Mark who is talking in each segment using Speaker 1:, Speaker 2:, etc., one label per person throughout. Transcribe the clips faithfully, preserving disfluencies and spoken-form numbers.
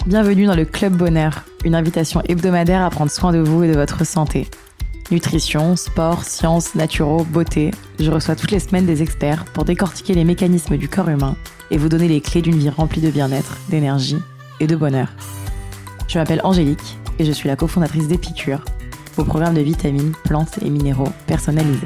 Speaker 1: Bienvenue dans le Club Bonheur, une invitation hebdomadaire à prendre soin de vous et de votre santé. Nutrition, sport, sciences, naturaux, beauté, je reçois toutes les semaines des experts pour décortiquer les mécanismes du corps humain et vous donner les clés d'une vie remplie de bien-être, d'énergie et de bonheur. Je m'appelle Angélique et je suis la cofondatrice d'Épicure, vos programmes de vitamines, plantes et minéraux personnalisés.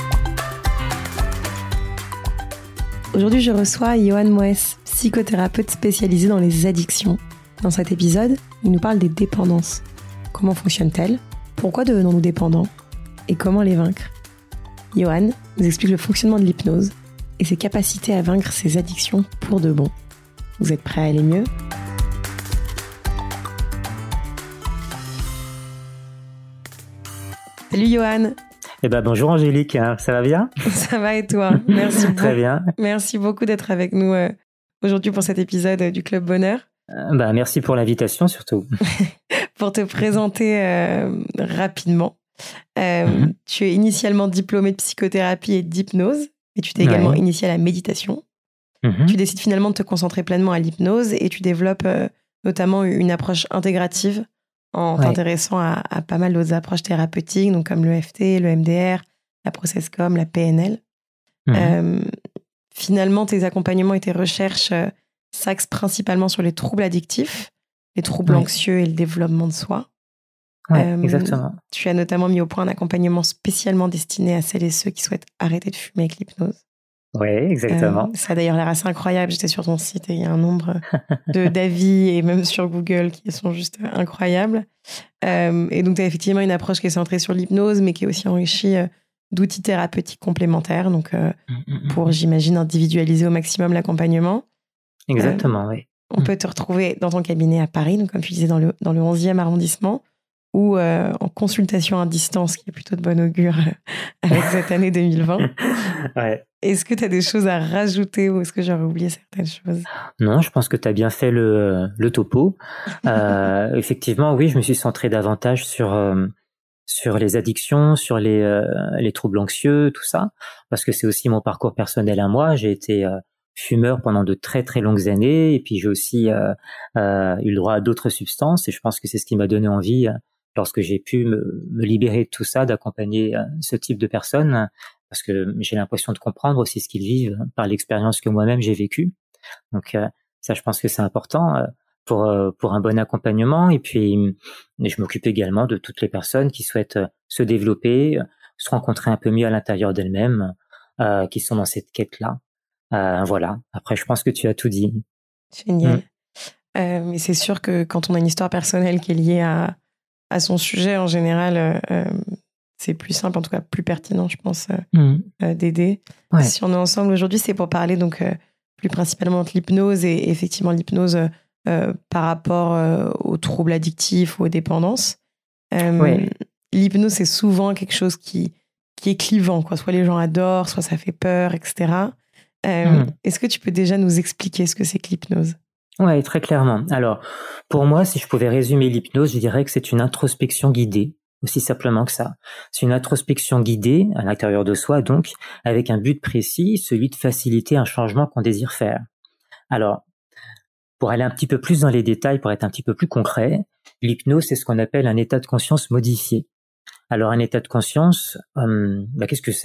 Speaker 1: Aujourd'hui, je reçois Yohan Moès, psychothérapeute spécialisé dans les addictions. Dans cet épisode, il nous parle des dépendances. Comment fonctionnent-elles ? Pourquoi devenons-nous dépendants ? Et comment les vaincre ? Yohan nous explique le fonctionnement de l'hypnose et ses capacités à vaincre ses addictions pour de bon. Vous êtes prêts à aller mieux ? Salut Yohan.
Speaker 2: Eh ben bonjour Angélique, ça va bien ?
Speaker 1: Ça va et toi ? Merci beaucoup.
Speaker 2: Très bien.
Speaker 1: Merci beaucoup d'être avec nous euh, aujourd'hui pour cet épisode euh, du Club Bonheur.
Speaker 2: Euh, bah, merci pour l'invitation surtout.
Speaker 1: Pour te présenter euh, rapidement, euh, mm-hmm. tu es initialement diplômé de psychothérapie et d'hypnose, et tu t'es ouais. également initié à la méditation. Mm-hmm. Tu décides finalement de te concentrer pleinement à l'hypnose et tu développes euh, notamment une approche intégrative en ouais. t'intéressant à, à pas mal d'autres approches thérapeutiques, donc comme l'E F T, le M D R, la ProcessCom, la P N L. Mm-hmm. Euh, finalement, tes accompagnements et tes recherches euh, s'axent principalement sur les troubles addictifs, les troubles ouais. anxieux et le développement de soi.
Speaker 2: Ouais, euh, exactement.
Speaker 1: Tu as notamment mis au point un accompagnement spécialement destiné à celles et ceux qui souhaitent arrêter de fumer avec l'hypnose.
Speaker 2: Oui, exactement.
Speaker 1: Euh, ça a d'ailleurs l'air assez incroyable. J'étais sur ton site et il y a un nombre de, d'avis et même sur Google qui sont juste incroyables. Euh, et donc, tu as effectivement une approche qui est centrée sur l'hypnose, mais qui est aussi enrichie euh, d'outils thérapeutiques complémentaires. Donc, euh, mm-hmm. pour, j'imagine, individualiser au maximum l'accompagnement.
Speaker 2: Exactement,
Speaker 1: euh,
Speaker 2: oui.
Speaker 1: On peut te retrouver dans ton cabinet à Paris, donc comme tu disais, dans le, dans le onzième arrondissement, ou euh, en consultation à distance, qui est plutôt de bon augure avec cette année deux mille vingt.
Speaker 2: Ouais.
Speaker 1: Est-ce que tu as des choses à rajouter ou est-ce que j'aurais oublié certaines choses ?
Speaker 2: Non, je pense que tu as bien fait le, le topo. euh, effectivement, oui, je me suis centré davantage sur, euh, sur les addictions, sur les, euh, les troubles anxieux, tout ça, parce que c'est aussi mon parcours personnel à moi. J'ai été... Euh, fumeur pendant de très très longues années et puis j'ai aussi euh, euh, eu le droit à d'autres substances et je pense que c'est ce qui m'a donné envie euh, lorsque j'ai pu me, me libérer de tout ça, d'accompagner euh, ce type de personnes parce que j'ai l'impression de comprendre aussi ce qu'ils vivent hein, par l'expérience que moi-même j'ai vécue. Donc euh, ça je pense que c'est important euh, pour euh, pour un bon accompagnement et puis et je m'occupe également de toutes les personnes qui souhaitent euh, se développer, euh, se rencontrer un peu mieux à l'intérieur d'elles-mêmes, euh, qui sont dans cette quête-là. Euh, voilà. Après, je pense que tu as tout dit.
Speaker 1: Génial. Mmh. Euh, mais c'est sûr que quand on a une histoire personnelle qui est liée à, à son sujet, en général, euh, c'est plus simple, en tout cas plus pertinent, je pense, euh, mmh. euh, d'aider. Ouais. Si on est ensemble aujourd'hui, c'est pour parler donc euh, plus principalement de l'hypnose et effectivement l'hypnose euh, par rapport euh, aux troubles addictifs ou aux dépendances. Euh, ouais. L'hypnose, c'est souvent quelque chose qui, qui est clivant, quoi. Soit les gens adorent, soit ça fait peur, et cetera. Euh, mmh. Est-ce que tu peux déjà nous expliquer ce que c'est que l'hypnose ?
Speaker 2: Oui, très clairement. Alors, pour moi, si je pouvais résumer l'hypnose, je dirais que c'est une introspection guidée, aussi simplement que ça. C'est une introspection guidée, à l'intérieur de soi donc, avec un but précis, celui de faciliter un changement qu'on désire faire. Alors, pour aller un petit peu plus dans les détails, pour être un petit peu plus concret, l'hypnose, c'est ce qu'on appelle un état de conscience modifié. Alors, un état de conscience, hum, bah, qu'est-ce que c'est ?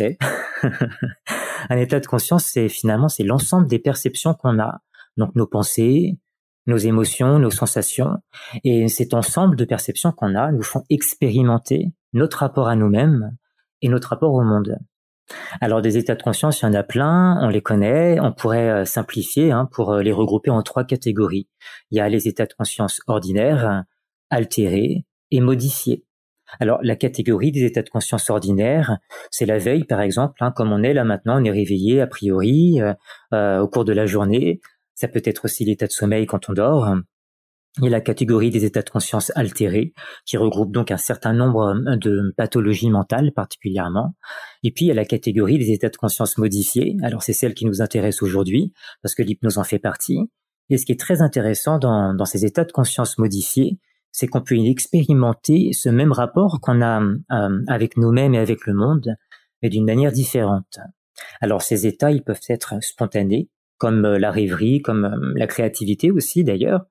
Speaker 2: Un état de conscience, c'est finalement c'est l'ensemble des perceptions qu'on a, donc nos pensées, nos émotions, nos sensations, et cet ensemble de perceptions qu'on a nous font expérimenter notre rapport à nous-mêmes et notre rapport au monde. Alors des états de conscience, il y en a plein, on les connaît, on pourrait simplifier hein, pour les regrouper en trois catégories. Il y a les états de conscience ordinaires, altérés et modifiés. Alors, la catégorie des états de conscience ordinaires, c'est la veille, par exemple, hein, comme on est là maintenant, on est réveillé a priori euh, euh, au cours de la journée. Ça peut être aussi l'état de sommeil quand on dort. Il y a la catégorie des états de conscience altérés, qui regroupe donc un certain nombre de pathologies mentales particulièrement. Et puis, il y a la catégorie des états de conscience modifiés. Alors, c'est celle qui nous intéresse aujourd'hui, parce que l'hypnose en fait partie. Et ce qui est très intéressant dans, dans ces états de conscience modifiés, c'est qu'on peut expérimenter ce même rapport qu'on a euh, avec nous-mêmes et avec le monde, mais d'une manière différente. Alors ces états, ils peuvent être spontanés, comme euh, la rêverie, comme euh, la créativité aussi d'ailleurs,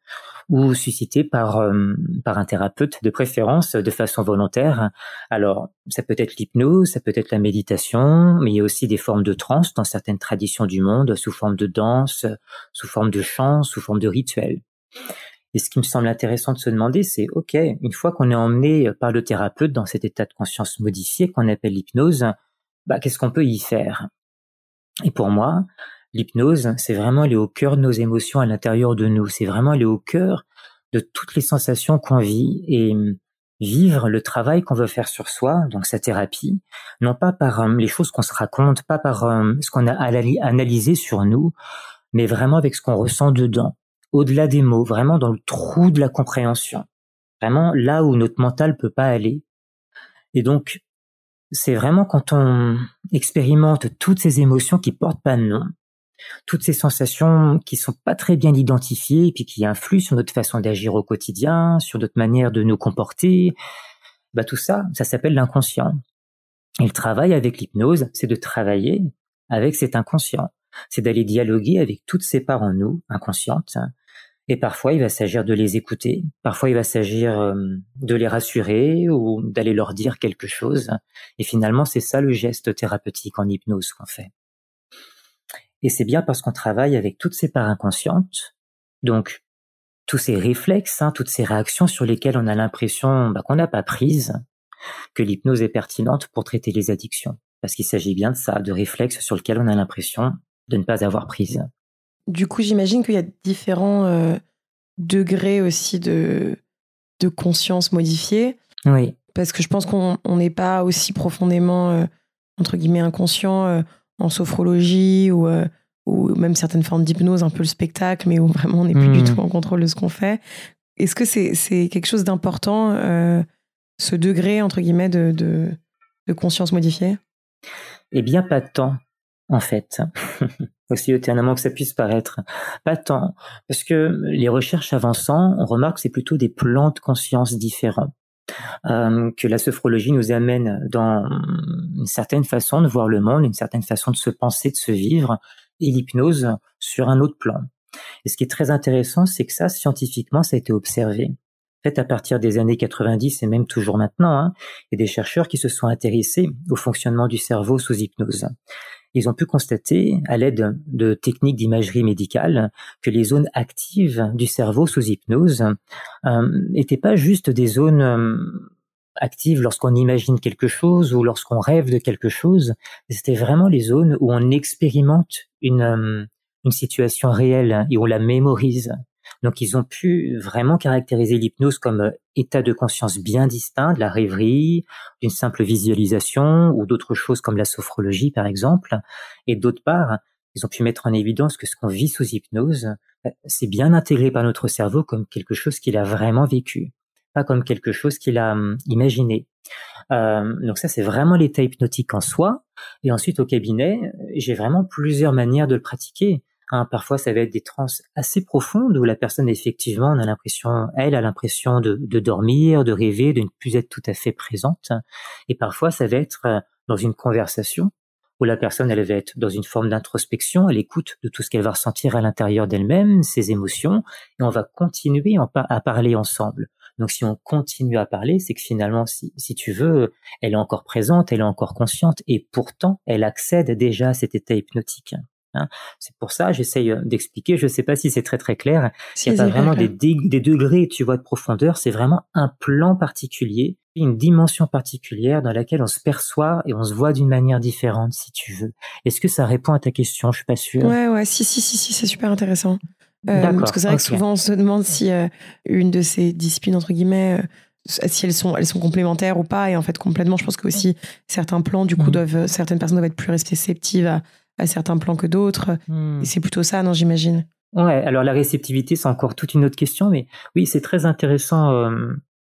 Speaker 2: ou suscité par euh, par un thérapeute de préférence de façon volontaire. Alors, ça peut être l'hypnose, ça peut être la méditation, mais il y a aussi des formes de transe dans certaines traditions du monde, sous forme de danse, sous forme de chant, sous forme de rituel. Et ce qui me semble intéressant de se demander, c'est, ok, une fois qu'on est emmené par le thérapeute dans cet état de conscience modifié qu'on appelle l'hypnose, bah, qu'est-ce qu'on peut y faire? Et pour moi, l'hypnose, c'est vraiment aller au cœur de nos émotions à l'intérieur de nous. C'est vraiment aller au cœur de toutes les sensations qu'on vit et vivre le travail qu'on veut faire sur soi, donc sa thérapie, non pas par euh, les choses qu'on se raconte, pas par euh, ce qu'on a analysé sur nous, mais vraiment avec ce qu'on ressent dedans, au-delà des mots, vraiment dans le trou de la compréhension, vraiment là où notre mental peut pas aller. Et donc, c'est vraiment quand on expérimente toutes ces émotions qui portent pas de nom, toutes ces sensations qui sont pas très bien identifiées et puis qui influent sur notre façon d'agir au quotidien, sur notre manière de nous comporter, bah tout ça, ça s'appelle l'inconscient. Et le travail avec l'hypnose, c'est de travailler avec cet inconscient. C'est d'aller dialoguer avec toutes ces parts en nous, inconscientes. Et parfois, il va s'agir de les écouter. Parfois, il va s'agir euh, de les rassurer ou d'aller leur dire quelque chose. Et finalement, c'est ça le geste thérapeutique en hypnose qu'on fait. Et c'est bien parce qu'on travaille avec toutes ces parts inconscientes, donc tous ces réflexes, hein, toutes ces réactions sur lesquelles on a l'impression bah, qu'on n'a pas prise, que l'hypnose est pertinente pour traiter les addictions. Parce qu'il s'agit bien de ça, de réflexes sur lesquels on a l'impression de ne pas avoir prise.
Speaker 1: Du coup, j'imagine qu'il y a différents euh, degrés aussi de, de conscience modifiée.
Speaker 2: Oui.
Speaker 1: Parce que je pense qu'on n'est pas aussi profondément, euh, entre guillemets, inconscient euh, en sophrologie ou, euh, ou même certaines formes d'hypnose, un peu le spectacle, mais où vraiment on n'est plus mmh. du tout en contrôle de ce qu'on fait. Est-ce que c'est, c'est quelque chose d'important, euh, ce degré, entre guillemets, de, de, de conscience modifiée?
Speaker 2: Eh bien, pas tant, en fait. Aussi éternellement que ça puisse paraître. Pas tant. Parce que les recherches avançant, on remarque que c'est plutôt des plans de conscience différents. Euh, que la sophrologie nous amène dans une certaine façon de voir le monde, une certaine façon de se penser, de se vivre, et l'hypnose sur un autre plan. Et ce qui est très intéressant, c'est que ça, scientifiquement, ça a été observé. En fait, à partir des années quatre-vingt-dix et même toujours maintenant, hein, il y a des chercheurs qui se sont intéressés au fonctionnement du cerveau sous hypnose. Ils ont pu constater, à l'aide de techniques d'imagerie médicale, que les zones actives du cerveau sous hypnose n'étaient euh, pas juste des zones euh, actives lorsqu'on imagine quelque chose ou lorsqu'on rêve de quelque chose. C'était vraiment les zones où on expérimente une, euh, une situation réelle et on la mémorise. Donc, ils ont pu vraiment caractériser l'hypnose comme état de conscience bien distinct de la rêverie, d'une simple visualisation ou d'autres choses comme la sophrologie, par exemple. Et d'autre part, ils ont pu mettre en évidence que ce qu'on vit sous hypnose, c'est bien intégré par notre cerveau comme quelque chose qu'il a vraiment vécu, pas comme quelque chose qu'il a hum, imaginé. Euh, donc ça, c'est vraiment l'état hypnotique en soi. Et ensuite, au cabinet, j'ai vraiment plusieurs manières de le pratiquer. Hein, parfois, ça va être des transes assez profondes où la personne, effectivement, on a l'impression, elle a l'impression de, de dormir, de rêver, de ne plus être tout à fait présente. Et parfois, ça va être dans une conversation où la personne, elle va être dans une forme d'introspection, elle écoute de tout ce qu'elle va ressentir à l'intérieur d'elle-même, ses émotions, et on va continuer à parler ensemble. Donc, si on continue à parler, c'est que finalement, si, si tu veux, elle est encore présente, elle est encore consciente, et pourtant, elle accède déjà à cet état hypnotique. Hein, c'est pour ça, j'essaye d'expliquer, je ne sais pas si c'est très très clair, il n'y a pas vraiment des, des degrés, tu vois, de profondeur, c'est vraiment un plan particulier, une dimension particulière dans laquelle on se perçoit et on se voit d'une manière différente, si tu veux. Est-ce que ça répond à ta question? Je suis pas sûre.
Speaker 1: Ouais, ouais, si, si, si, si, c'est super intéressant. Euh, parce que c'est vrai okay. que souvent on se demande si euh, une de ces disciplines, entre guillemets, euh, si elles sont, elles sont complémentaires ou pas, et en fait complètement, je pense que aussi certains plans, du coup, mmh. doivent, certaines personnes doivent être plus réceptives à à certains plans que d'autres. Mmh. Et c'est plutôt ça, non, j'imagine.
Speaker 2: Ouais, alors la réceptivité, c'est encore toute une autre question, mais oui, c'est très intéressant euh,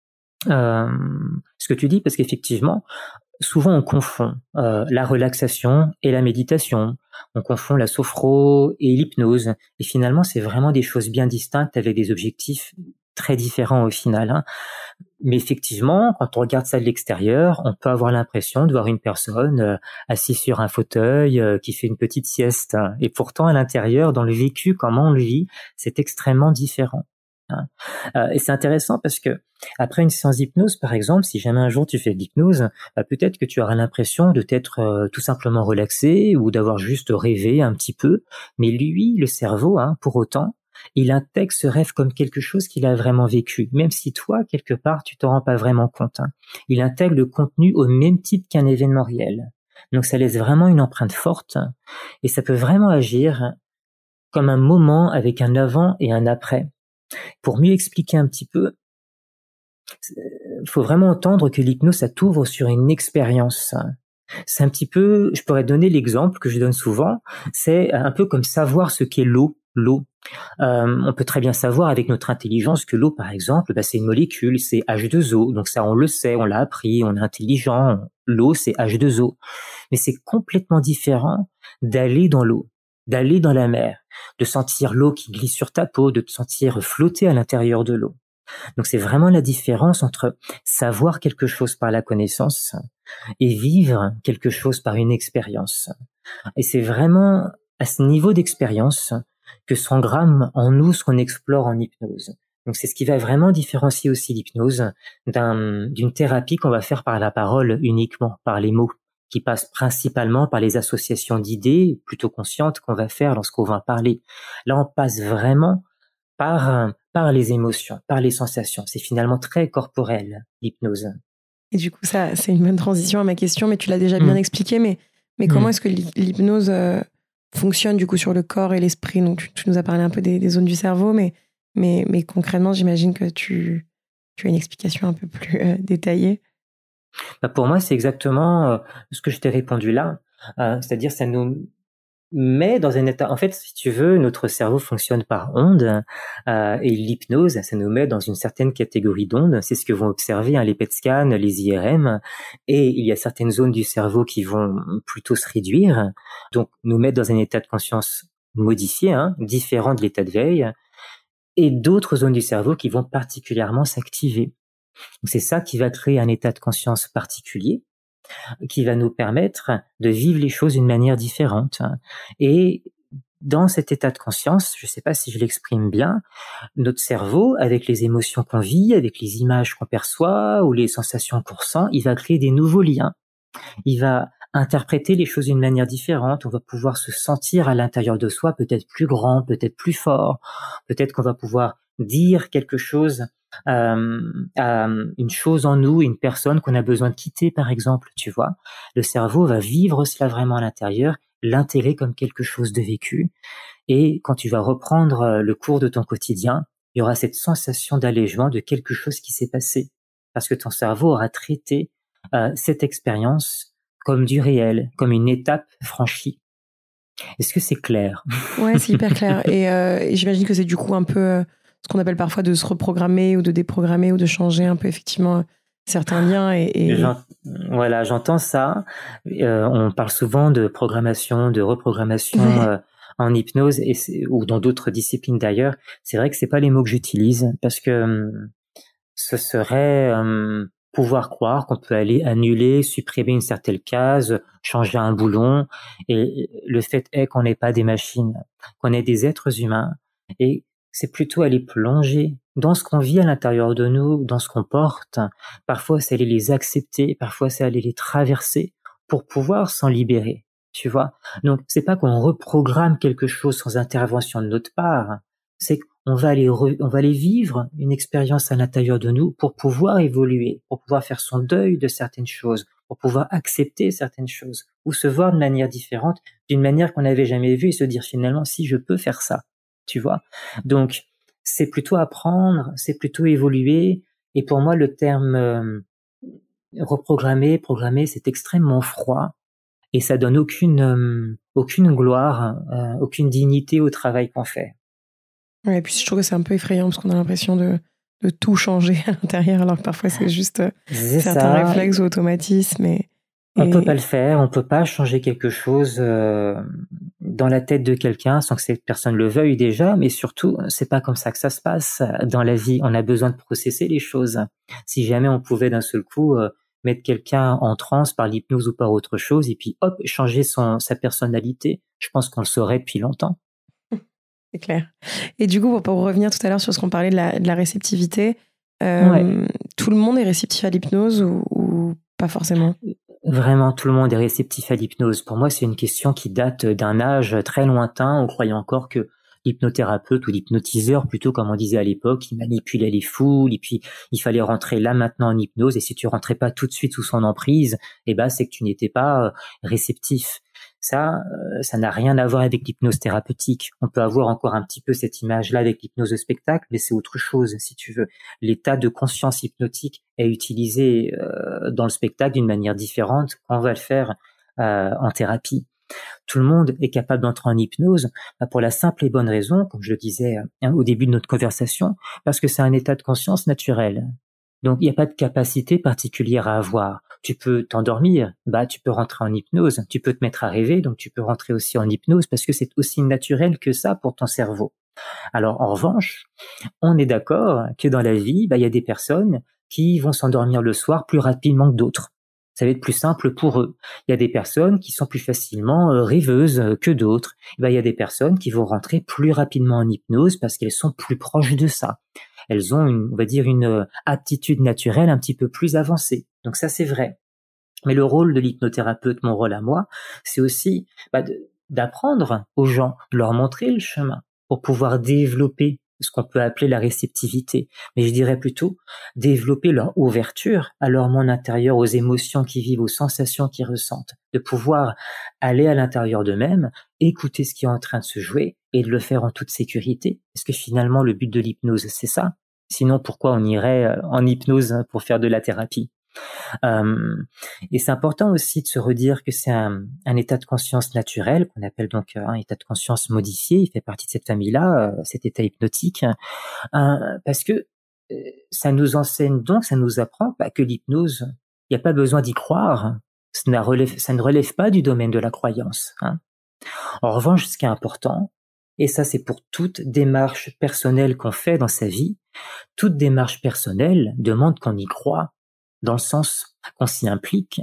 Speaker 2: euh, ce que tu dis, parce qu'effectivement, souvent on confond euh, la relaxation et la méditation, on confond la sophro et l'hypnose, et finalement, c'est vraiment des choses bien distinctes avec des objectifs très différents au final, hein. Mais effectivement, quand on regarde ça de l'extérieur, on peut avoir l'impression de voir une personne euh, assise sur un fauteuil euh, qui fait une petite sieste. Et pourtant, à l'intérieur, dans le vécu, comment on le vit, c'est extrêmement différent. Hein. Euh, et c'est intéressant parce que après une séance d'hypnose, par exemple, si jamais un jour tu fais de l'hypnose, bah, peut-être que tu auras l'impression de t'être euh, tout simplement relaxé ou d'avoir juste rêvé un petit peu. Mais lui, le cerveau, hein, pour autant, il intègre ce rêve comme quelque chose qu'il a vraiment vécu, même si toi, quelque part, tu t'en rends pas vraiment compte. Hein. Il intègre le contenu au même type qu'un événement réel. Donc ça laisse vraiment une empreinte forte et ça peut vraiment agir comme un moment avec un avant et un après. Pour mieux expliquer un petit peu, il faut vraiment entendre que l'hypnose, ça t'ouvre sur une expérience. C'est un petit peu, je pourrais donner l'exemple que je donne souvent, c'est un peu comme savoir ce qu'est l'eau. L'eau. Euh, on peut très bien savoir avec notre intelligence que l'eau, par exemple, bah, c'est une molécule, c'est H deux O. Donc ça, on le sait, on l'a appris, on est intelligent. L'eau, c'est H deux O. Mais c'est complètement différent d'aller dans l'eau, d'aller dans la mer, de sentir l'eau qui glisse sur ta peau, de te sentir flotter à l'intérieur de l'eau. Donc c'est vraiment la différence entre savoir quelque chose par la connaissance et vivre quelque chose par une expérience. Et c'est vraiment à ce niveau d'expérience que s'engramme en nous ce qu'on explore en hypnose. Donc c'est ce qui va vraiment différencier aussi l'hypnose d'un, d'une thérapie qu'on va faire par la parole uniquement, par les mots, qui passent principalement par les associations d'idées plutôt conscientes qu'on va faire lorsqu'on va parler. Là, on passe vraiment par, par les émotions, par les sensations. C'est finalement très corporel, l'hypnose.
Speaker 1: Et du coup, ça, c'est une bonne transition à ma question, mais tu l'as déjà bien mmh. expliqué. Mais, mais mmh. comment est-ce que l'hypnose euh, fonctionne du coup sur le corps et l'esprit? Donc, tu, tu nous as parlé un peu des, des zones du cerveau, mais, mais, mais concrètement, j'imagine que tu, tu as une explication un peu plus euh, détaillée.
Speaker 2: Bah pour moi, c'est exactement euh, ce que je t'ai répondu là. Euh, c'est-à-dire, ça nous met dans un état. En fait, si tu veux, notre cerveau fonctionne par ondes euh, et l'hypnose, ça nous met dans une certaine catégorie d'ondes. C'est ce que vont observer hein, les P E T scans, les I R M. Et il y a certaines zones du cerveau qui vont plutôt se réduire, donc nous mettre dans un état de conscience modifié, hein, différent de l'état de veille, et d'autres zones du cerveau qui vont particulièrement s'activer. Donc c'est ça qui va créer un état de conscience particulier, qui va nous permettre de vivre les choses d'une manière différente. Et dans cet état de conscience, je ne sais pas si je l'exprime bien, notre cerveau, avec les émotions qu'on vit, avec les images qu'on perçoit ou les sensations qu'on ressent, il va créer des nouveaux liens. Il va interpréter les choses d'une manière différente. On va pouvoir se sentir à l'intérieur de soi peut-être plus grand, peut-être plus fort. Peut-être qu'on va pouvoir dire quelque chose Euh, euh, une chose en nous, une personne qu'on a besoin de quitter, par exemple, tu vois. Le cerveau va vivre cela vraiment à l'intérieur, l'intégrer comme quelque chose de vécu. Et quand tu vas reprendre le cours de ton quotidien, il y aura cette sensation d'allègement de quelque chose qui s'est passé. Parce que ton cerveau aura traité euh, cette expérience comme du réel, comme une étape franchie. Est-ce que c'est clair?
Speaker 1: Ouais, c'est hyper clair. Et, euh, et j'imagine que c'est du coup un peu... Euh... ce qu'on appelle parfois de se reprogrammer ou de déprogrammer ou de changer un peu effectivement certains liens. Et, et...
Speaker 2: J'ent... Voilà, j'entends ça. Euh, on parle souvent de programmation, de reprogrammation euh, en hypnose et ou dans d'autres disciplines d'ailleurs. C'est vrai que c'est pas les mots que j'utilise parce que euh, ce serait euh, pouvoir croire qu'on peut aller annuler, supprimer une certaine case, changer un boulon. Et le fait est qu'on n'est pas des machines, qu'on est des êtres humains et c'est plutôt aller plonger dans ce qu'on vit à l'intérieur de nous, dans ce qu'on porte. Parfois, c'est aller les accepter, parfois, c'est aller les traverser pour pouvoir s'en libérer, tu vois. Donc, c'est pas qu'on reprogramme quelque chose sans intervention de notre part, c'est qu'on va aller, re, on va aller vivre une expérience à l'intérieur de nous pour pouvoir évoluer, pour pouvoir faire son deuil de certaines choses, pour pouvoir accepter certaines choses, ou se voir de manière différente, d'une manière qu'on n'avait jamais vue et se dire finalement, si je peux faire ça. Tu vois, donc c'est plutôt apprendre, c'est plutôt évoluer. Et pour moi, le terme euh, reprogrammer, programmer, c'est extrêmement froid et ça donne aucune euh, aucune gloire, euh, aucune dignité au travail qu'on fait.
Speaker 1: Ouais, et puis je trouve que c'est un peu effrayant parce qu'on a l'impression de de tout changer à l'intérieur, alors que parfois c'est juste euh, c'est certains ça. réflexes ou automatismes. Et,
Speaker 2: On
Speaker 1: et...
Speaker 2: peut pas le faire, on peut pas changer quelque chose euh, dans la tête de quelqu'un sans que cette personne le veuille déjà, mais surtout, c'est pas comme ça que ça se passe dans la vie. On a besoin de processer les choses. Si jamais on pouvait d'un seul coup euh, mettre quelqu'un en transe par l'hypnose ou par autre chose, et puis hop, changer son sa personnalité, je pense qu'on le saurait depuis longtemps.
Speaker 1: C'est clair. Et du coup, pour, pour revenir tout à l'heure sur ce qu'on parlait de la, de la réceptivité, euh, ouais. Tout le monde est réceptif à l'hypnose ou, ou pas forcément?
Speaker 2: Vraiment, tout le monde est réceptif à l'hypnose. Pour moi, c'est une question qui date d'un âge très lointain. On croyait encore que l'hypnothérapeute ou l'hypnotiseur, plutôt comme on disait à l'époque, il manipulait les foules et puis il fallait rentrer là maintenant en hypnose. Et si tu rentrais pas tout de suite sous son emprise, eh ben c'est que tu n'étais pas réceptif. Ça, euh, ça n'a rien à voir avec l'hypnose thérapeutique. On peut avoir encore un petit peu cette image-là avec l'hypnose de spectacle, mais c'est autre chose, si tu veux. L'état de conscience hypnotique est utilisé euh, dans le spectacle d'une manière différente qu'on va le faire euh, en thérapie. Tout le monde est capable d'entrer en hypnose bah, pour la simple et bonne raison, comme je le disais hein, au début de notre conversation, parce que c'est un état de conscience naturel. Donc, il n'y a pas de capacité particulière à avoir. Tu peux t'endormir, bah, tu peux rentrer en hypnose. Tu peux te mettre à rêver, donc tu peux rentrer aussi en hypnose parce que c'est aussi naturel que ça pour ton cerveau. Alors, en revanche, on est d'accord que dans la vie, bah, il y a des personnes qui vont s'endormir le soir plus rapidement que d'autres. Ça va être plus simple pour eux. Il y a des personnes qui sont plus facilement euh, rêveuses que d'autres. Bah, il y a des personnes qui vont rentrer plus rapidement en hypnose parce qu'elles sont plus proches de ça. Elles ont, une, on va dire, une aptitude naturelle un petit peu plus avancée. Donc ça, c'est vrai. Mais le rôle de l'hypnothérapeute, mon rôle à moi, c'est aussi bah, de, d'apprendre aux gens, de leur montrer le chemin pour pouvoir développer ce qu'on peut appeler la réceptivité. Mais je dirais plutôt développer leur ouverture à leur monde intérieur, aux émotions qu'ils vivent, aux sensations qu'ils ressentent. De pouvoir aller à l'intérieur d'eux-mêmes, écouter ce qui est en train de se jouer et de le faire en toute sécurité. Parce que finalement, le but de l'hypnose, c'est ça. Sinon, pourquoi on irait en hypnose pour faire de la thérapie ? Euh, et c'est important aussi de se redire que c'est un, un état de conscience naturel qu'on appelle donc un état de conscience modifié. Il fait partie de cette famille-là, cet état hypnotique, euh, parce que ça nous enseigne donc, ça nous apprend bah, que l'hypnose, il n'y a pas besoin d'y croire. Ça ne, relève, ça ne relève pas du domaine de la croyance. Hein. En revanche, ce qui est important, et ça c'est pour toute démarche personnelle qu'on fait dans sa vie, toute démarche personnelle demande qu'on y croit, dans le sens qu'on s'y implique.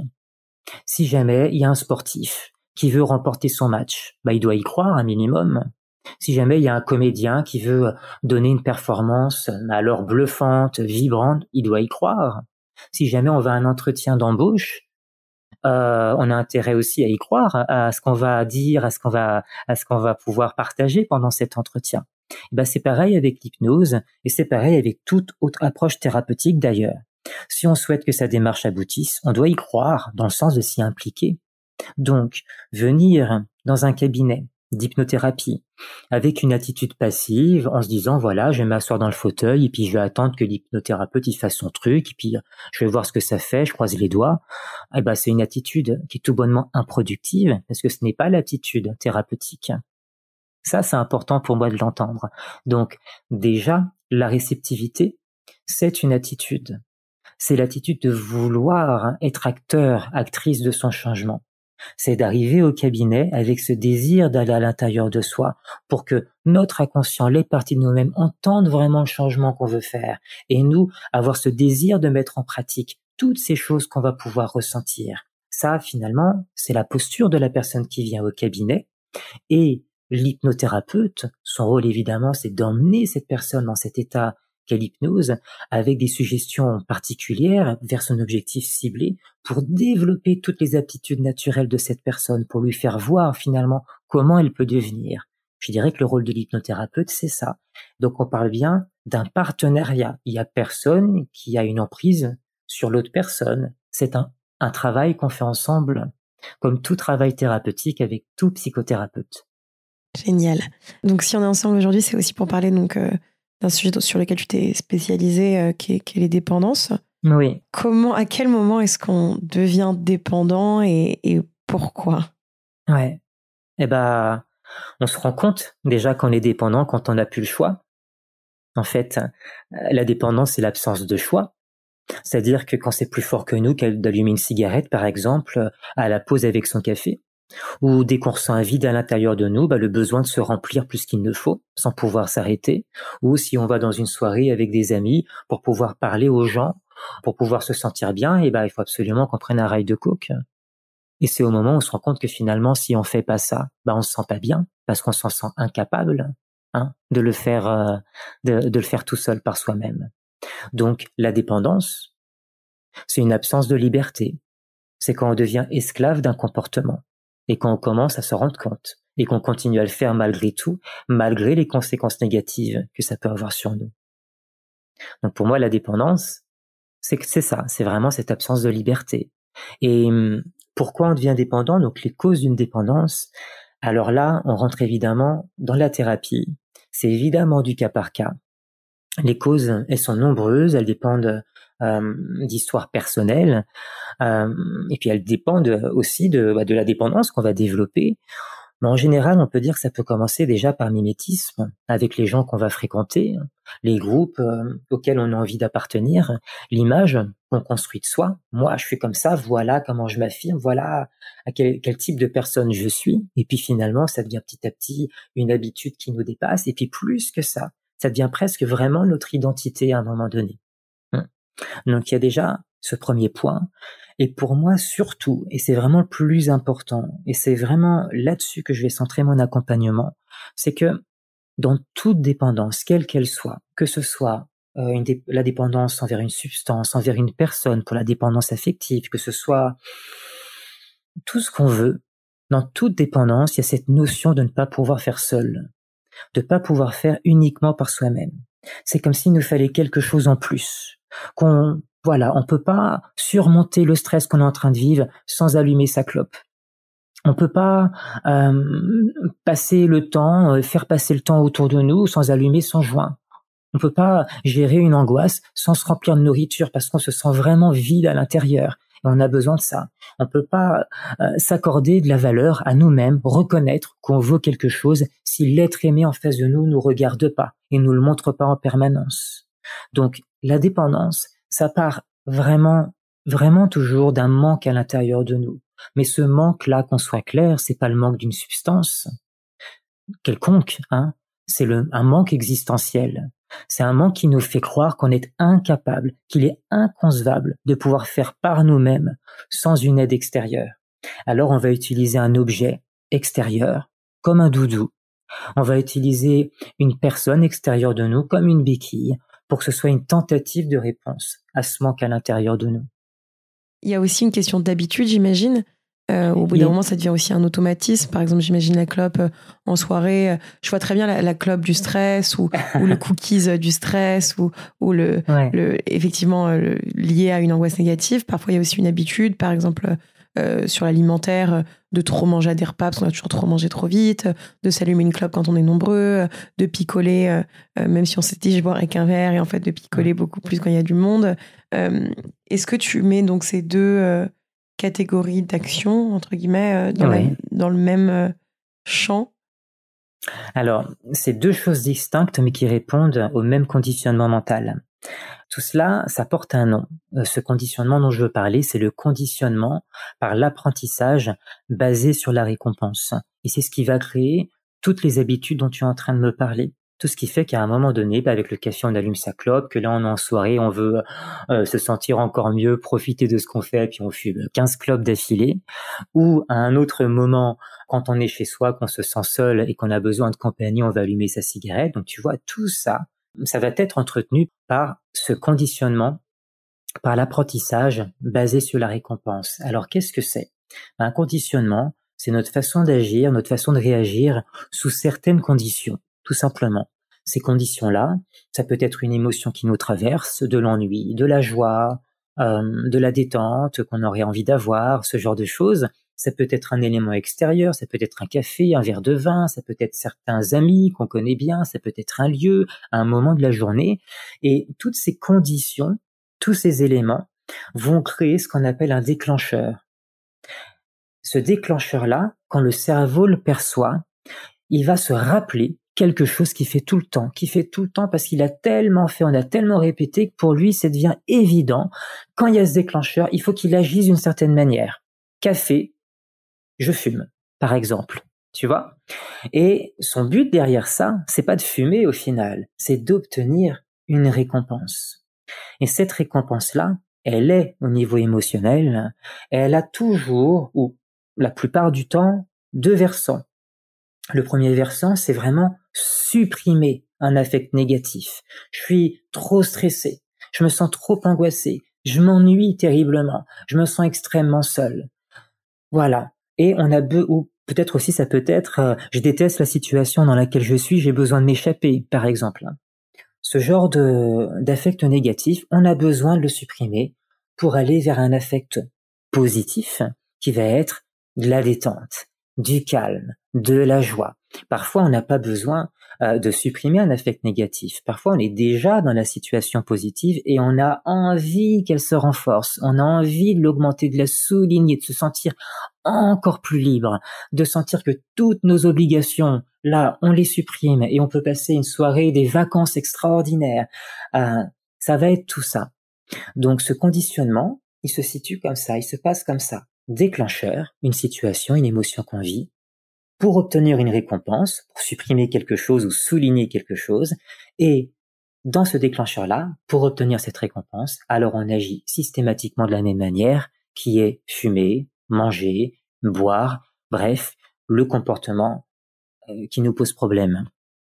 Speaker 2: Si jamais il y a un sportif qui veut remporter son match, bah il doit y croire un minimum. Si jamais il y a un comédien qui veut donner une performance alors bluffante, vibrante, il doit y croire. Si jamais on va à un entretien d'embauche, euh, on a intérêt aussi à y croire, à, à ce qu'on va dire, à ce qu'on va, à ce qu'on va pouvoir partager pendant cet entretien. Et ben c'est pareil avec l'hypnose et c'est pareil avec toute autre approche thérapeutique d'ailleurs. Si on souhaite que sa démarche aboutisse, on doit y croire dans le sens de s'y impliquer. Donc, venir dans un cabinet d'hypnothérapie avec une attitude passive en se disant voilà, je vais m'asseoir dans le fauteuil et puis je vais attendre que l'hypnothérapeute il fasse son truc et puis je vais voir ce que ça fait, je croise les doigts. Eh ben, c'est une attitude qui est tout bonnement improductive parce que ce n'est pas l'attitude thérapeutique. Ça, c'est important pour moi de l'entendre. Donc, déjà, la réceptivité, c'est une attitude. C'est l'attitude de vouloir être acteur, actrice de son changement. C'est d'arriver au cabinet avec ce désir d'aller à l'intérieur de soi pour que notre inconscient, les parties de nous-mêmes, entendent vraiment le changement qu'on veut faire et nous, avoir ce désir de mettre en pratique toutes ces choses qu'on va pouvoir ressentir. Ça, finalement, c'est la posture de la personne qui vient au cabinet et l'hypnothérapeute, son rôle évidemment, c'est d'emmener cette personne dans cet état qu'est l'hypnose, avec des suggestions particulières vers son objectif ciblé pour développer toutes les aptitudes naturelles de cette personne, pour lui faire voir finalement comment elle peut devenir. Je dirais que le rôle de l'hypnothérapeute, c'est ça. Donc on parle bien d'un partenariat. Il y a personne qui a une emprise sur l'autre personne. C'est un, un travail qu'on fait ensemble, comme tout travail thérapeutique avec tout psychothérapeute.
Speaker 1: Génial. Donc si on est ensemble aujourd'hui, c'est aussi pour parler donc euh... d'un sujet sur lequel tu t'es spécialisé, euh, qui, est, qui est les dépendances.
Speaker 2: Oui.
Speaker 1: Comment, à quel moment est-ce qu'on devient dépendant et, et pourquoi ?
Speaker 2: Ouais. Eh ben, on se rend compte déjà qu'on est dépendant quand on n'a plus le choix. En fait, la dépendance, c'est l'absence de choix. C'est-à-dire que quand c'est plus fort que nous d'allumer une cigarette, par exemple, à la pause avec son café, ou dès qu'on ressent un vide à l'intérieur de nous, bah, le besoin de se remplir plus qu'il ne faut, sans pouvoir s'arrêter, ou si on va dans une soirée avec des amis pour pouvoir parler aux gens, pour pouvoir se sentir bien, et bah, il faut absolument qu'on prenne un rail de coke. Et c'est au moment où on se rend compte que finalement, si on fait pas ça, bah, on se sent pas bien, parce qu'on s'en sent incapable, hein, de le faire, euh, de, de le faire tout seul par soi-même. Donc, la dépendance, c'est une absence de liberté. C'est quand on devient esclave d'un comportement et quand on commence à se rendre compte et qu'on continue à le faire malgré tout, malgré les conséquences négatives que ça peut avoir sur nous. Donc, pour moi, la dépendance, c'est c'est ça, c'est vraiment cette absence de liberté. Et pourquoi on devient dépendant? Donc, les causes d'une dépendance. Alors là, on rentre évidemment dans la thérapie. C'est évidemment du cas par cas. Les causes, elles sont nombreuses, elles dépendent euh, d'histoires personnelles, euh, et puis elles dépendent aussi de, bah, de la dépendance qu'on va développer. Mais en général, on peut dire que ça peut commencer déjà par mimétisme, avec les gens qu'on va fréquenter, les groupes euh, auxquels on a envie d'appartenir, l'image qu'on construit de soi. Moi, je suis comme ça, voilà comment je m'affirme, voilà à quel, quel type de personne je suis. Et puis finalement, ça devient petit à petit une habitude qui nous dépasse. Et puis plus que ça, ça devient presque vraiment notre identité à un moment donné. Donc il y a déjà ce premier point. Et pour moi, surtout, et c'est vraiment le plus important, et c'est vraiment là-dessus que je vais centrer mon accompagnement, c'est que dans toute dépendance, quelle qu'elle soit, que ce soit euh, une dé- la dépendance envers une substance, envers une personne, pour la dépendance affective, que ce soit tout ce qu'on veut, dans toute dépendance, il y a cette notion de ne pas pouvoir faire seul, de ne pas pouvoir faire uniquement par soi-même. C'est comme s'il nous fallait quelque chose en plus, qu'on Voilà, on peut pas surmonter le stress qu'on est en train de vivre sans allumer sa clope. On peut pas euh, passer le temps, euh, faire passer le temps autour de nous sans allumer son joint. On peut pas gérer une angoisse sans se remplir de nourriture parce qu'on se sent vraiment vide à l'intérieur et on a besoin de ça. On peut pas euh, s'accorder de la valeur à nous-mêmes, reconnaître qu'on vaut quelque chose si l'être aimé en face de nous nous regarde pas et nous le montre pas en permanence. Donc la dépendance, ça part vraiment, vraiment toujours d'un manque à l'intérieur de nous. Mais ce manque-là, qu'on soit clair, c'est pas le manque d'une substance quelconque, hein. C'est le, un manque existentiel. C'est un manque qui nous fait croire qu'on est incapable, qu'il est inconcevable de pouvoir faire par nous-mêmes sans une aide extérieure. Alors on va utiliser un objet extérieur, comme un doudou. On va utiliser une personne extérieure de nous, comme une béquille, pour que ce soit une tentative de réponse à ce manque à l'intérieur de nous.
Speaker 1: Il y a aussi une question d'habitude, j'imagine. Euh, au bout d'un moment, ça devient aussi un automatisme. Par exemple, j'imagine la clope euh, en soirée. Je vois très bien la, la clope du stress ou, ou le cookies du stress ou, ou le, ouais. le, effectivement le, lié à une angoisse négative. Parfois, il y a aussi une habitude, par exemple, euh, sur l'alimentaire, de trop manger à des repas parce qu'on a toujours trop mangé trop vite, de s'allumer une clope quand on est nombreux, de picoler, euh, même si on s'est dit je boirai qu'un verre, et en fait de picoler beaucoup plus quand il y a du monde. Euh, est-ce que tu mets donc ces deux euh, catégories d'action, entre guillemets, euh, dans, ouais. la, dans le même euh, champ?
Speaker 2: Alors, c'est deux choses distinctes mais qui répondent au même conditionnement mental. Tout cela, ça porte un nom. Ce conditionnement dont je veux parler, c'est le conditionnement par l'apprentissage basé sur la récompense. Et c'est ce qui va créer toutes les habitudes dont tu es en train de me parler. Tout ce qui fait qu'à un moment donné, bah avec le café, on allume sa clope, que là, on est en soirée, on veut euh, se sentir encore mieux, profiter de ce qu'on fait, puis on fume quinze clopes d'affilée. Ou à un autre moment, quand on est chez soi, qu'on se sent seul et qu'on a besoin de compagnie, on va allumer sa cigarette. Donc tu vois, tout ça, ça va être entretenu par ce conditionnement, par l'apprentissage basé sur la récompense. Alors qu'est-ce que c'est? Un conditionnement, c'est notre façon d'agir, notre façon de réagir sous certaines conditions, tout simplement. Ces conditions-là, ça peut être une émotion qui nous traverse, de l'ennui, de la joie, euh, de la détente qu'on aurait envie d'avoir, ce genre de choses. Ça peut être un élément extérieur, ça peut être un café, un verre de vin, ça peut être certains amis qu'on connaît bien, ça peut être un lieu, un moment de la journée. Et toutes ces conditions, tous ces éléments vont créer ce qu'on appelle un déclencheur. Ce déclencheur-là, quand le cerveau le perçoit, il va se rappeler quelque chose qu'il fait tout le temps, qu'il fait tout le temps parce qu'il a tellement fait, on a tellement répété que pour lui, ça devient évident. Quand il y a ce déclencheur, il faut qu'il agisse d'une certaine manière. Café, je fume, par exemple, tu vois. Et son but derrière ça, c'est pas de fumer au final, c'est d'obtenir une récompense. Et cette récompense-là, elle est au niveau émotionnel, et elle a toujours, ou la plupart du temps, deux versants. Le premier versant, c'est vraiment supprimer un affect négatif. Je suis trop stressé, je me sens trop angoissé, je m'ennuie terriblement, je me sens extrêmement seul. Voilà. Et on a be- ou peut-être aussi ça peut être euh, je déteste la situation dans laquelle je suis, j'ai besoin de m'échapper, par exemple. Ce genre de d'affect négatif, on a besoin de le supprimer pour aller vers un affect positif qui va être de la détente, du calme, de la joie. Parfois, on n'a pas besoin euh, de supprimer un affect négatif. Parfois, on est déjà dans la situation positive et on a envie qu'elle se renforce. On a envie de l'augmenter, de la souligner, de se sentir encore plus libre, de sentir que toutes nos obligations, là, on les supprime et on peut passer une soirée, des vacances extraordinaires. Euh, ça va être tout ça. Donc, ce conditionnement, il se situe comme ça, il se passe comme ça. Déclencheur, une situation, une émotion qu'on vit, pour obtenir une récompense, pour supprimer quelque chose ou souligner quelque chose, et dans ce déclencheur-là, pour obtenir cette récompense, alors on agit systématiquement de la même manière, qui est fumer, manger, boire, bref, le comportement euh, qui nous pose problème.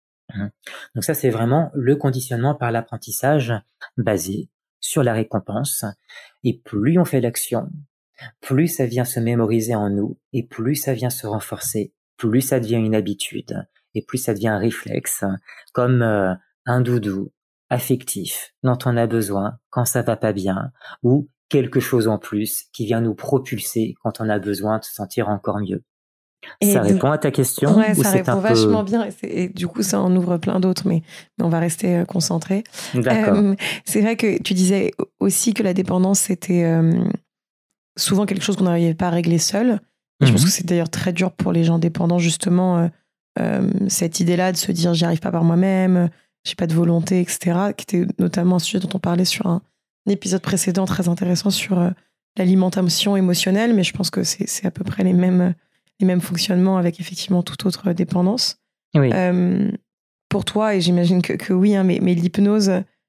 Speaker 2: Donc ça, c'est vraiment le conditionnement par l'apprentissage basé sur la récompense. Et plus on fait l'action, plus ça vient se mémoriser en nous, et plus ça vient se renforcer, plus ça devient une habitude, et plus ça devient un réflexe, comme euh, un doudou affectif dont on a besoin quand ça va pas bien, ou quelque chose en plus qui vient nous propulser quand on a besoin de se sentir encore mieux. Et ça du... répond à ta question?
Speaker 1: Ouais, ça répond vachement peu... bien. Et, et du coup, ça en ouvre plein d'autres, mais, mais on va rester euh, concentré.
Speaker 2: D'accord.
Speaker 1: Euh, c'est vrai que tu disais aussi que la dépendance, c'était euh, souvent quelque chose qu'on n'arrivait pas à régler seul. Et mm-hmm. Je pense que c'est d'ailleurs très dur pour les gens dépendants, justement, euh, euh, cette idée-là de se dire j'y arrive pas par moi-même, j'ai pas de volonté, et cetera, qui était notamment un sujet dont on parlait sur un, un épisode précédent très intéressant sur euh, l'alimentation émotionnelle, mais je pense que c'est, c'est à peu près les mêmes, les mêmes fonctionnements avec effectivement toute autre dépendance.
Speaker 2: Oui.
Speaker 1: Euh, pour toi, et j'imagine que, que oui, hein, mais, mais l'hypnose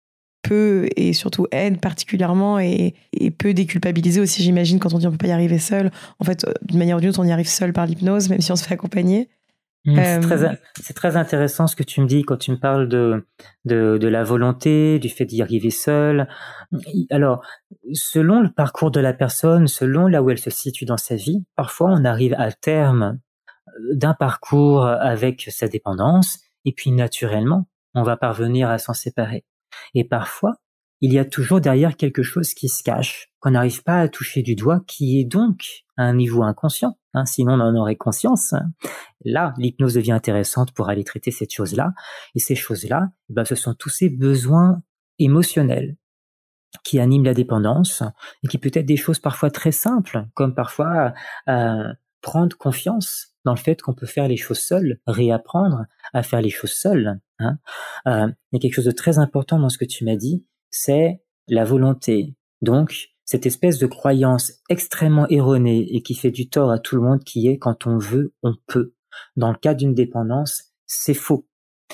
Speaker 1: peut et surtout aide particulièrement et, et peut déculpabiliser aussi, j'imagine, quand on dit on peut pas y arriver seul. En fait, d'une manière ou d'une autre, on y arrive seul par l'hypnose, même si on se fait accompagner.
Speaker 2: Mmh, c'est, euh... très, c'est très intéressant ce que tu me dis quand tu me parles de, de, de la volonté, du fait d'y arriver seul. Alors, selon le parcours de la personne, selon là où elle se situe dans sa vie, parfois on arrive à terme d'un parcours avec sa dépendance et puis naturellement, on va parvenir à s'en séparer. Et parfois, il y a toujours derrière quelque chose qui se cache, qu'on n'arrive pas à toucher du doigt, qui est donc à un niveau inconscient. Hein, sinon, on en aurait conscience. Là, l'hypnose devient intéressante pour aller traiter cette chose-là. Et ces choses-là, ben, ce sont tous ces besoins émotionnels qui animent la dépendance et qui peut être des choses parfois très simples, comme parfois euh, prendre confiance dans le fait qu'on peut faire les choses seul, réapprendre à faire les choses seul. Hein. Euh, il y a quelque chose de très important dans ce que tu m'as dit, c'est la volonté. Donc, cette espèce de croyance extrêmement erronée et qui fait du tort à tout le monde qui est quand on veut, on peut. Dans le cas d'une dépendance, c'est faux.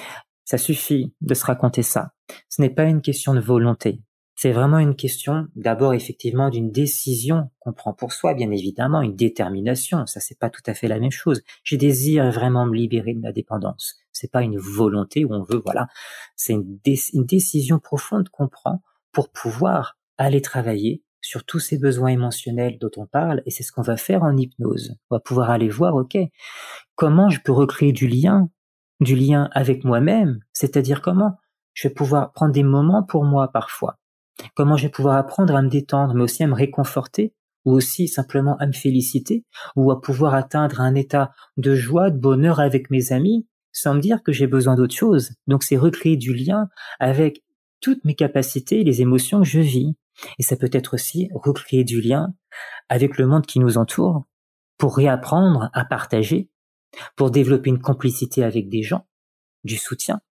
Speaker 2: Ça suffit de se raconter ça. Ce n'est pas une question de volonté. C'est vraiment une question, d'abord, effectivement, d'une décision qu'on prend pour soi, bien évidemment, une détermination. Ça, c'est pas tout à fait la même chose. Je désire vraiment me libérer de ma dépendance. C'est pas une volonté où on veut, voilà. C'est une, dé- une décision profonde qu'on prend pour pouvoir aller travailler sur tous ces besoins émotionnels dont on parle, et c'est ce qu'on va faire en hypnose. On va pouvoir aller voir, ok, comment je peux recréer du lien, du lien avec moi-même, c'est-à-dire comment je vais pouvoir prendre des moments pour moi parfois. Comment je vais pouvoir apprendre à me détendre, mais aussi à me réconforter, ou aussi simplement à me féliciter, ou à pouvoir atteindre un état de joie, de bonheur avec mes amis, sans me dire que j'ai besoin d'autre chose. Donc c'est recréer du lien avec toutes mes capacités et les émotions que je vis. Et ça peut être aussi recréer du lien avec le monde qui nous entoure, pour réapprendre à partager, pour développer une complicité avec des gens, du soutien.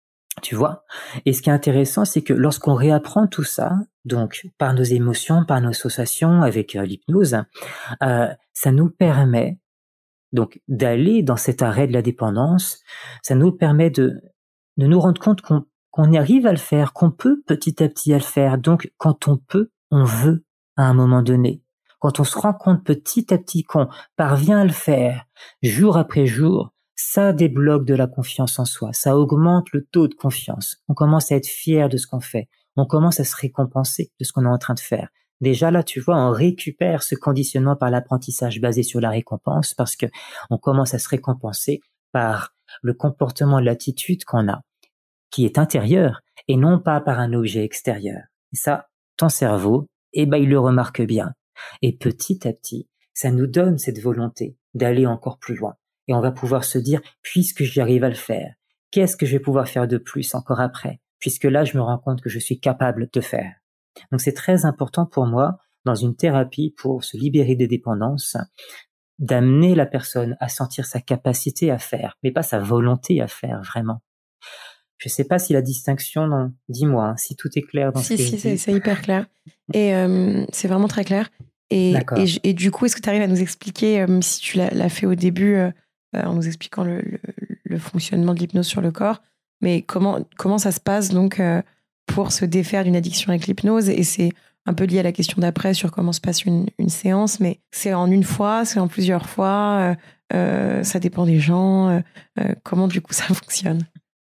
Speaker 2: Tu vois? Et ce qui est intéressant, c'est que lorsqu'on réapprend tout ça, donc par nos émotions, par nos associations avec euh, l'hypnose, euh, ça nous permet donc d'aller dans cet arrêt de la dépendance, ça nous permet de, de nous rendre compte qu'on, qu'on y arrive à le faire, qu'on peut petit à petit à le faire. Donc quand on peut, on veut à un moment donné. Quand on se rend compte petit à petit qu'on parvient à le faire, jour après jour, Ça débloque de la confiance en soi, ça augmente le taux de confiance. On commence à être fier de ce qu'on fait, on commence à se récompenser de ce qu'on est en train de faire. Déjà là, tu vois, on récupère ce conditionnement par l'apprentissage basé sur la récompense parce que on commence à se récompenser par le comportement, l'attitude qu'on a, qui est intérieure et non pas par un objet extérieur. Et ça, ton cerveau, eh ben, il le remarque bien. Et petit à petit, ça nous donne cette volonté d'aller encore plus loin. Et on va pouvoir se dire, puisque j'y arrive à le faire, qu'est-ce que je vais pouvoir faire de plus encore après? Puisque là, je me rends compte que je suis capable de faire. Donc c'est très important pour moi, dans une thérapie, pour se libérer des dépendances, d'amener la personne à sentir sa capacité à faire, mais pas sa volonté à faire vraiment. Je sais pas si la distinction, non, dis-moi, hein, si tout est clair dans
Speaker 1: si,
Speaker 2: ce que
Speaker 1: si,
Speaker 2: je
Speaker 1: c'est,
Speaker 2: dis.
Speaker 1: c'est hyper clair. Et euh, c'est vraiment très clair. Et, et, et du coup, est-ce que tu arrives à nous expliquer, euh, même si tu l'as, l'as fait au début, euh, en nous expliquant le, le, le fonctionnement de l'hypnose sur le corps, mais comment, comment ça se passe donc euh, pour se défaire d'une addiction avec l'hypnose? Et c'est un peu lié à la question d'après sur comment se passe une, une séance, mais c'est en une fois, c'est en plusieurs fois, euh, euh, ça dépend des gens. Euh, euh, comment du coup ça fonctionne?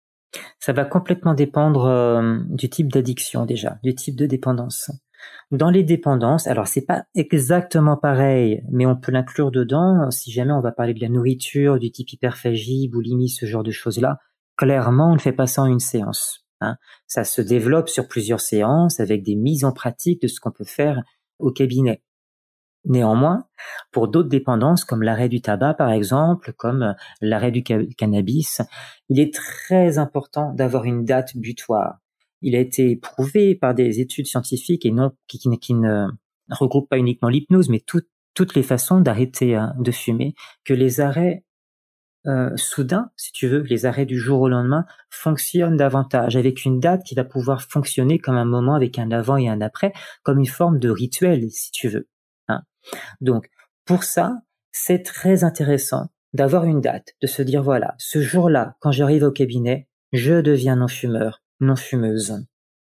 Speaker 2: Ça va complètement dépendre euh, du type d'addiction déjà, du type de dépendance. Dans les dépendances, alors c'est pas exactement pareil, mais on peut l'inclure dedans si jamais on va parler de la nourriture, du type hyperphagie, boulimie, ce genre de choses-là. Clairement, on ne fait pas ça en une séance. Hein. Ça se développe sur plusieurs séances avec des mises en pratique de ce qu'on peut faire au cabinet. Néanmoins, pour d'autres dépendances, comme l'arrêt du tabac par exemple, comme l'arrêt du ca- cannabis, il est très important d'avoir une date butoir. Il a été prouvé par des études scientifiques et non qui, qui, qui ne regroupent pas uniquement l'hypnose, mais tout, toutes les façons d'arrêter hein, de fumer, que les arrêts euh, soudains, si tu veux, les arrêts du jour au lendemain, fonctionnent davantage avec une date qui va pouvoir fonctionner comme un moment avec un avant et un après, comme une forme de rituel, si tu veux. Hein. Donc, pour ça, c'est très intéressant d'avoir une date, de se dire, voilà, ce jour-là, quand j'arrive au cabinet, je deviens non-fumeur, non-fumeuse.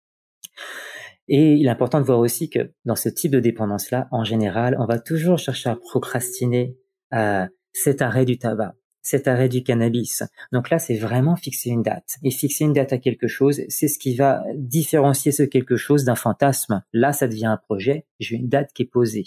Speaker 2: Et il est important de voir aussi que dans ce type de dépendance-là, en général, on va toujours chercher à procrastiner euh, cet arrêt du tabac, cet arrêt du cannabis. Donc là, c'est vraiment fixer une date. Et fixer une date à quelque chose, c'est ce qui va différencier ce quelque chose d'un fantasme. Là, ça devient un projet, j'ai une date qui est posée.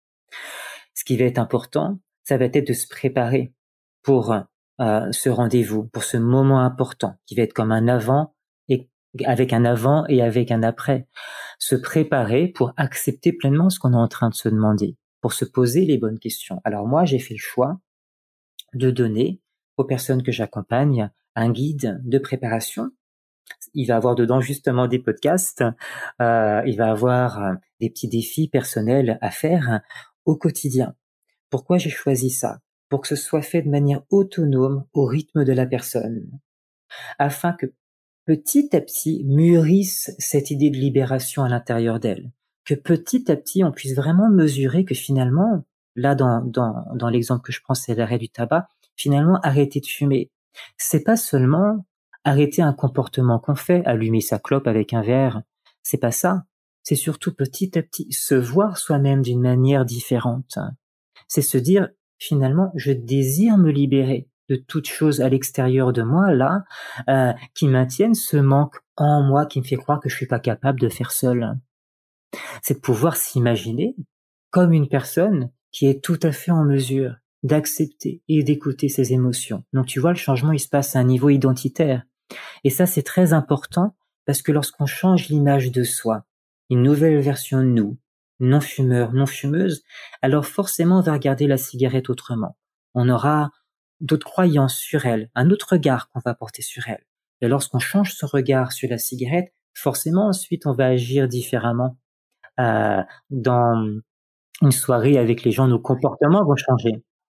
Speaker 2: Ce qui va être important, ça va être de se préparer pour euh, ce rendez-vous, pour ce moment important, qui va être comme un avant et avec un avant et avec un après. Se préparer pour accepter pleinement ce qu'on est en train de se demander, pour se poser les bonnes questions. Alors moi, j'ai fait le choix de donner aux personnes que j'accompagne un guide de préparation. Il va avoir dedans justement des podcasts, euh, il va avoir des petits défis personnels à faire au quotidien. Pourquoi j'ai choisi ça? Pour que ce soit fait de manière autonome au rythme de la personne, afin que petit à petit mûrisse cette idée de libération à l'intérieur d'elle, que petit à petit on puisse vraiment mesurer que finalement, là dans, dans, dans l'exemple que je prends, c'est l'arrêt du tabac, finalement arrêter de fumer, c'est pas seulement arrêter un comportement qu'on fait, allumer sa clope avec un verre, c'est pas ça, c'est surtout petit à petit se voir soi-même d'une manière différente. C'est se dire, finalement, je désire me libérer de toute chose à l'extérieur de moi, là, euh, qui maintiennent ce manque en moi, qui me fait croire que je suis pas capable de faire seul. C'est de pouvoir s'imaginer comme une personne qui est tout à fait en mesure d'accepter et d'écouter ses émotions. Donc tu vois, le changement, il se passe à un niveau identitaire. Et ça, c'est très important parce que lorsqu'on change l'image de soi, une nouvelle version de nous, non fumeur, non fumeuse, alors forcément on va regarder la cigarette autrement. On aura d'autres croyances sur elle, un autre regard qu'on va porter sur elle. Et lorsqu'on change ce regard sur la cigarette, forcément ensuite on va agir différemment. Euh, dans une soirée avec les gens, nos comportements vont changer.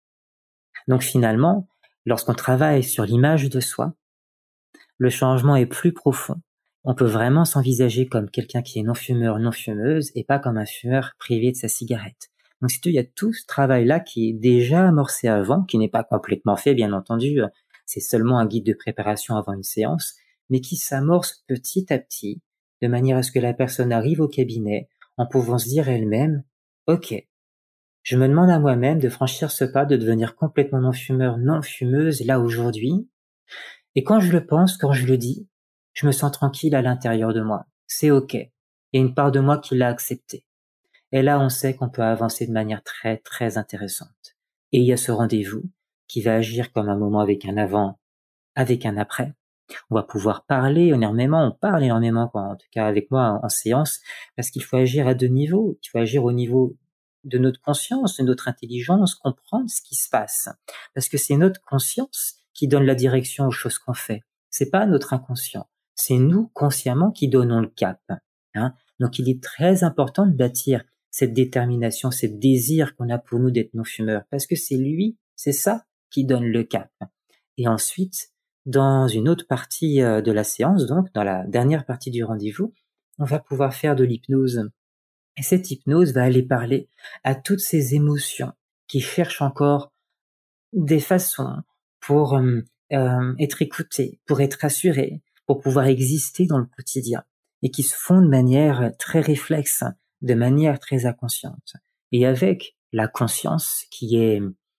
Speaker 2: Donc finalement, lorsqu'on travaille sur l'image de soi, le changement est plus profond. On peut vraiment s'envisager comme quelqu'un qui est non-fumeur, non-fumeuse et pas comme un fumeur privé de sa cigarette. Donc c'est tout, il y a tout ce travail-là qui est déjà amorcé avant, qui n'est pas complètement fait, bien entendu. C'est seulement un guide de préparation avant une séance, mais qui s'amorce petit à petit, de manière à ce que la personne arrive au cabinet en pouvant se dire elle-même, ok, je me demande à moi-même de franchir ce pas, de devenir complètement non-fumeur, non-fumeuse, là, aujourd'hui. Et quand je le pense, quand je le dis, je me sens tranquille à l'intérieur de moi. C'est OK. Il y a une part de moi qui l'a accepté. Et là, on sait qu'on peut avancer de manière très, très intéressante. Et il y a ce rendez-vous qui va agir comme un moment avec un avant, avec un après. On va pouvoir parler énormément, on parle énormément, quoi, en tout cas avec moi en, en séance, parce qu'il faut agir à deux niveaux. Il faut agir au niveau de notre conscience, de notre intelligence, comprendre ce qui se passe. Parce que c'est notre conscience qui donne la direction aux choses qu'on fait. C'est pas notre inconscient. C'est nous, consciemment, qui donnons le cap. Hein. Donc il est très important de bâtir cette détermination, ce désir qu'on a pour nous d'être non-fumeurs, parce que c'est lui, c'est ça qui donne le cap. Et ensuite, dans une autre partie de la séance, donc dans la dernière partie du rendez-vous, on va pouvoir faire de l'hypnose. Et cette hypnose va aller parler à toutes ces émotions qui cherchent encore des façons pour euh, euh, être écoutées, pour être rassurées, pour pouvoir exister dans le quotidien, et qui se font de manière très réflexe, de manière très inconsciente. Et avec la conscience qui est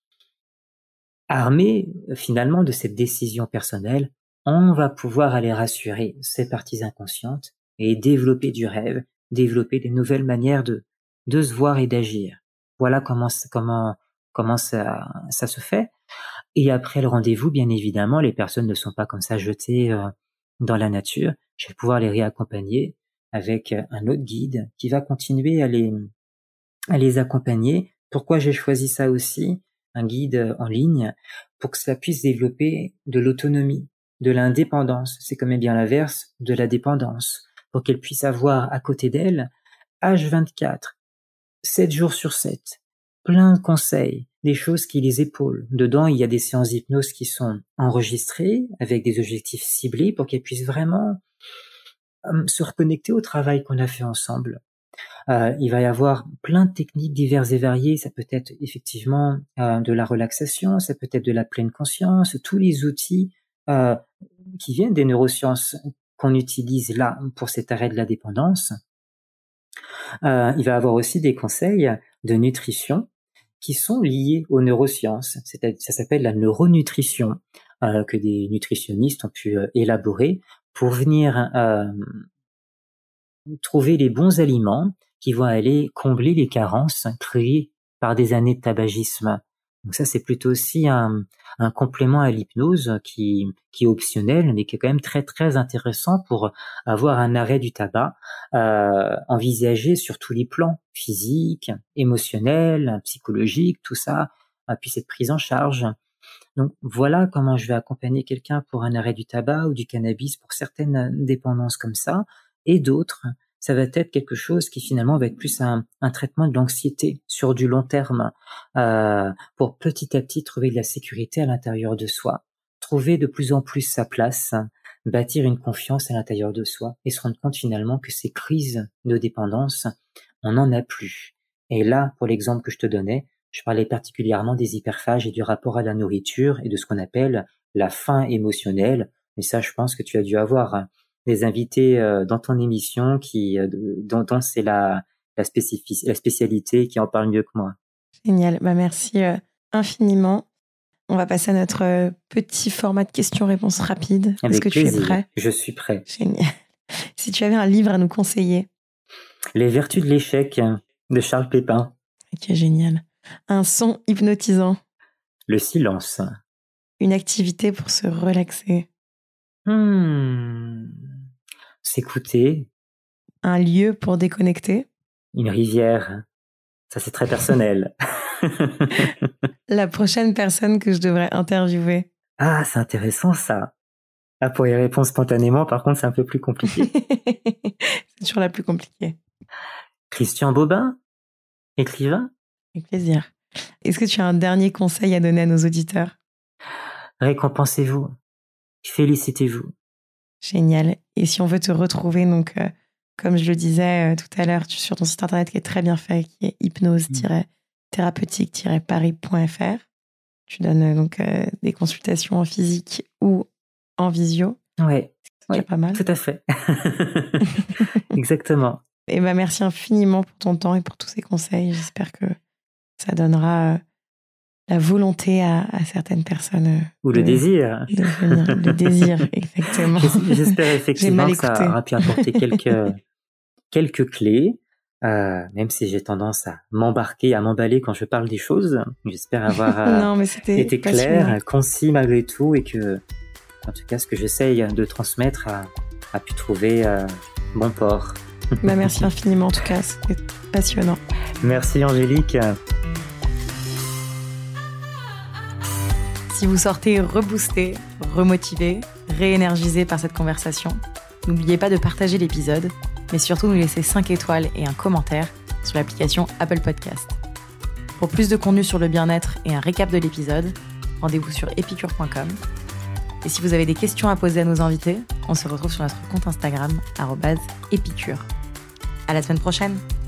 Speaker 2: armée finalement de cette décision personnelle, on va pouvoir aller rassurer ces parties inconscientes et développer du rêve, développer des nouvelles manières de, de se voir et d'agir. Voilà comment, comment, comment ça, ça se fait. Et après le rendez-vous, bien évidemment, les personnes ne sont pas comme ça jetées euh, dans la nature. Je vais pouvoir les réaccompagner avec un autre guide qui va continuer à les, à les accompagner. Pourquoi j'ai choisi ça aussi, un guide en ligne, pour que ça puisse développer de l'autonomie, de l'indépendance. C'est quand même bien l'inverse de la dépendance. Pour qu'elle puisse avoir à côté d'elle, H vingt-quatre, sept jours sur sept, plein de conseils, des choses qui les épaulent. Dedans, il y a des séances d'hypnose qui sont enregistrées avec des objectifs ciblés pour qu'elles puissent vraiment euh, se reconnecter au travail qu'on a fait ensemble. Euh, il va y avoir plein de techniques diverses et variées. Ça peut être effectivement euh, de la relaxation, ça peut être de la pleine conscience, tous les outils euh, qui viennent des neurosciences qu'on utilise là pour cet arrêt de la dépendance. Euh, il va y avoir aussi des conseils de nutrition qui sont liés aux neurosciences. C'est-à-dire, ça s'appelle la neuronutrition, euh, que des nutritionnistes ont pu euh, élaborer pour venir euh, trouver les bons aliments qui vont aller combler les carences créées par des années de tabagisme. Donc ça, c'est plutôt aussi un, un complément à l'hypnose qui, qui est optionnel, mais qui est quand même très très intéressant pour avoir un arrêt du tabac euh, envisagé sur tous les plans, physiques, émotionnels, psychologiques, tout ça, puisse être pris en charge. Donc voilà comment je vais accompagner quelqu'un pour un arrêt du tabac ou du cannabis pour certaines dépendances comme ça, et d'autres, ça va être quelque chose qui finalement va être plus un, un traitement de l'anxiété sur du long terme, euh, pour petit à petit trouver de la sécurité à l'intérieur de soi, trouver de plus en plus sa place, bâtir une confiance à l'intérieur de soi et se rendre compte finalement que ces crises de dépendance, on n'en a plus. Et là, pour l'exemple que je te donnais, je parlais particulièrement des hyperphages et du rapport à la nourriture et de ce qu'on appelle la faim émotionnelle. Mais ça, je pense que tu as dû avoir des invités euh, dans ton émission qui, euh, dont, dont c'est la, la, spécific- la spécialité qui en parle mieux que moi.
Speaker 1: Génial. Bah, merci euh, infiniment. On va passer à notre euh, petit format de questions-réponses rapides.
Speaker 2: Avec
Speaker 1: Est-ce que
Speaker 2: plaisir.
Speaker 1: tu es prêt ?
Speaker 2: Je suis prêt.
Speaker 1: Génial. Si tu avais un livre à nous conseiller.
Speaker 2: Les vertus de l'échec de Charles Pépin.
Speaker 1: Ok, génial. Un son hypnotisant.
Speaker 2: Le silence.
Speaker 1: Une activité pour se relaxer.
Speaker 2: Hmm. S'écouter.
Speaker 1: Un lieu pour déconnecter.
Speaker 2: Une rivière. Ça, c'est très personnel.
Speaker 1: La prochaine personne que je devrais interviewer.
Speaker 2: Ah, c'est intéressant ça. Ah, pour y répondre spontanément, par contre, c'est un peu plus compliqué.
Speaker 1: C'est toujours la plus compliquée.
Speaker 2: Christian Bobin, écrivain.
Speaker 1: Avec plaisir. Est-ce que tu as un dernier conseil à donner à nos auditeurs ?
Speaker 2: Récompensez-vous. Félicitez-vous.
Speaker 1: Génial. Et si on veut te retrouver, donc, euh, comme je le disais euh, tout à l'heure, tu, sur ton site internet qui est très bien fait, qui est hypnose-thérapeutique paris point f r. Tu donnes euh, donc euh, des consultations en physique ou en visio.
Speaker 2: Ouais.
Speaker 1: C'est déjà
Speaker 2: ouais,
Speaker 1: pas mal.
Speaker 2: Tout à fait. Exactement.
Speaker 1: Et ben merci infiniment pour ton temps et pour tous ces conseils. J'espère que ça donnera euh, la volonté à, à certaines personnes. Euh,
Speaker 2: Ou le
Speaker 1: de,
Speaker 2: désir.
Speaker 1: De venir. Le désir, exactement.
Speaker 2: J'espère effectivement que ça aura pu apporter quelques, quelques clés. Euh, même si j'ai tendance à m'embarquer, à m'emballer quand je parle des choses, j'espère avoir euh,
Speaker 1: non, mais
Speaker 2: été clair, concis malgré tout, et que, en tout cas, ce que j'essaye de transmettre a, a pu trouver euh, bon port.
Speaker 1: Bah, merci infiniment, en tout cas, c'était passionnant.
Speaker 2: Merci Angélique.
Speaker 1: Si vous sortez reboosté, remotivé, réénergisé par cette conversation, n'oubliez pas de partager l'épisode, mais surtout nous laisser cinq étoiles et un commentaire sur l'application Apple Podcast. Pour plus de contenu sur le bien-être et un récap de l'épisode, rendez-vous sur epicure point com. Et si vous avez des questions à poser à nos invités, on se retrouve sur notre compte Instagram arobase epicure. À la semaine prochaine.